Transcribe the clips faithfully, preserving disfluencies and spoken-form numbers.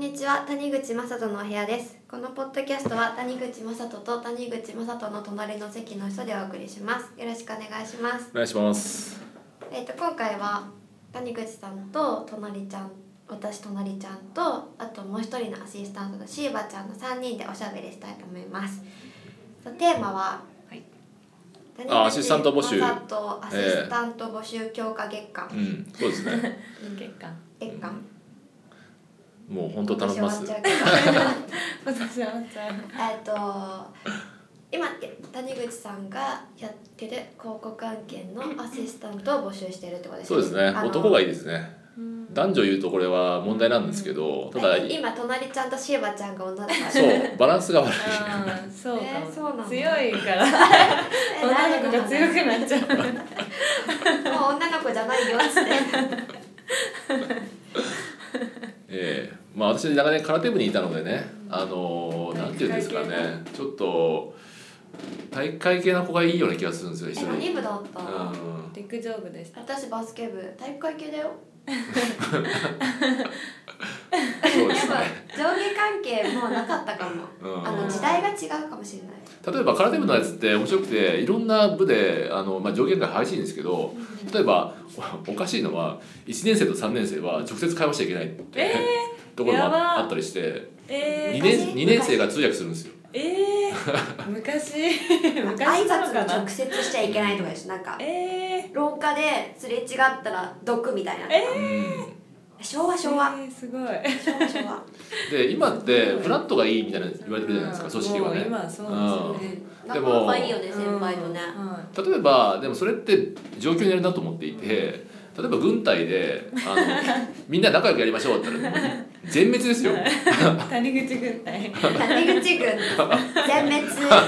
にちは、谷口雅人のお部屋です。このポッドキャストは谷口雅人と谷口雅人の隣の席の人でお送りします。よろしくお願いします。 お願いします。 えーと今回は谷口さんと隣ちゃん、私隣ちゃんと、あともう一人のアシスタントのシーバちゃんのさんにんでおしゃべりしたいと思います。テーマは、はい、谷口あアシスタント募集、 雅人アシスタント募集強化月間、 えー、うんそうですね月間月間、うんもう本当頼みます。 私終わっちゃう。 えっと今谷口さんがやってる広告案件のアシスタントを募集しているってことですね。 そうですね。男がいいですね。男女言うとこれは問題なんですけど、ただ今隣ちゃんとシーバちゃんが女だから、 そうバランスが悪い。 そうかも、 えー、そうなの強いから女の子が強くなっちゃう。もう女の子じゃないよっつって。 ええー、まあ私長年空手部にいたのでね、あのー、なんていうんですかね、ちょっと体育会系な子がいいような気がするんですよ一人。 何部だった？ うん、陸上部でした。 私バスケ部、体育会系だよ。 そうですね。 上下関係もなかったかも、うん、あの時代が違うかもしれない。 例えば空手部のやつって面白くて、いろんな部であの、まあ、上限が激しいんですけど、例えばおかしいのはいちねん生とさんねん生は直接会話しちゃいけないって、えー、ところもあったりして、えー、にねん, にねん生が通訳するんですよ。 えー、昔昔なのかな。挨拶直接しちゃいけないとかです。なんか、えー、廊下ですれ違ったら毒みたいな、えー、昭和昭和、 えー、すごい昭和昭和で今ってフラットがいいみたいな言われてるじゃないですか、組織はね。 今そうですよね、 うん、でも仲がいいよね、先輩とね、 うん、例えばでもそれって状況になるなと思っていて、例えば軍隊であのみんな仲良くやりましょうって言ったら全滅ですよ。 谷口軍隊谷口軍全滅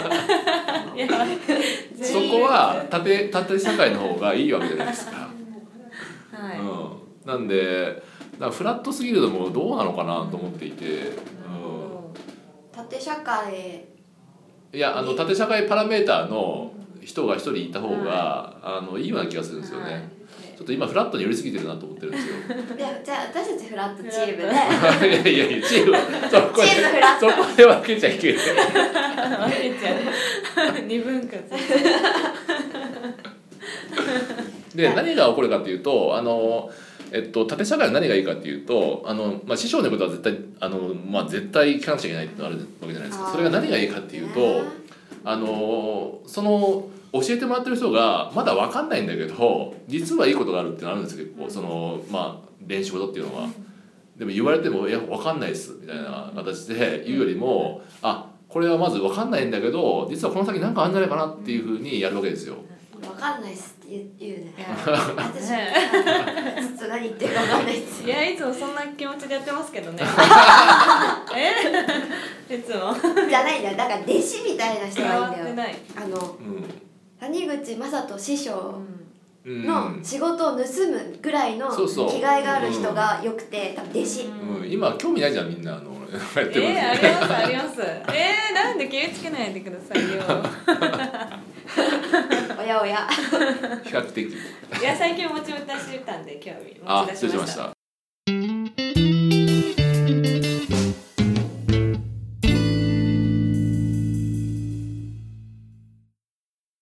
そこは縦縦社会の方がいいわけじゃないですか。はい、うん、なんでだフラットすぎるのもどうなのかなと思っていて、うん、 縦社会いやあの縦社会パラメーターの人が一人いた方が、はい、あのいいような気がするんですよね。はい、ちょっと今フラットに寄りすぎてるなと思ってるんですよ。 じゃあ私たちフラットチームで。いやいやいやチームそこでチームフラット。 そこで分けちゃいけない。 分けちゃう。二分割。 で何が起こるかっていうと、あのえっと縦社会の何がいいかっていうと、あのまあ師匠のことは絶対あのまあ絶対聞かなくちゃいけないってのがあるわけじゃないですか。それが何がいいかっていうと、あのその教えてもらってる人がまだ分かんないんだけど実はいいことがあるってのあるんですよ、結構そのまあ練習事っていうのは。でも言われても「いや分かんないっす」みたいな形で言うよりも「あこれはまず分かんないんだけど実はこの先何かあるんじゃないかな」っていうふうにやるわけですよ。 分かんないっすって言うね。私ちょっと何言ってるか分かんないっす。 いやいつもそんな気持ちでやってますけどね。えいつもじゃないんだよ。だから弟子みたいな人がいいんだよ。あの、 うん、 谷口雅人師匠の仕事を盗むぐらいの気概がある人がよくて、多分弟子、 うんうん、今興味ないじゃんみんなあのやってます、ね、 えー、ありますあります。えー、なんで気をつけないでくださいよ。 おやおや。 比較的いや最近持ち出したんで興味持ち出しました。 あ失礼しました。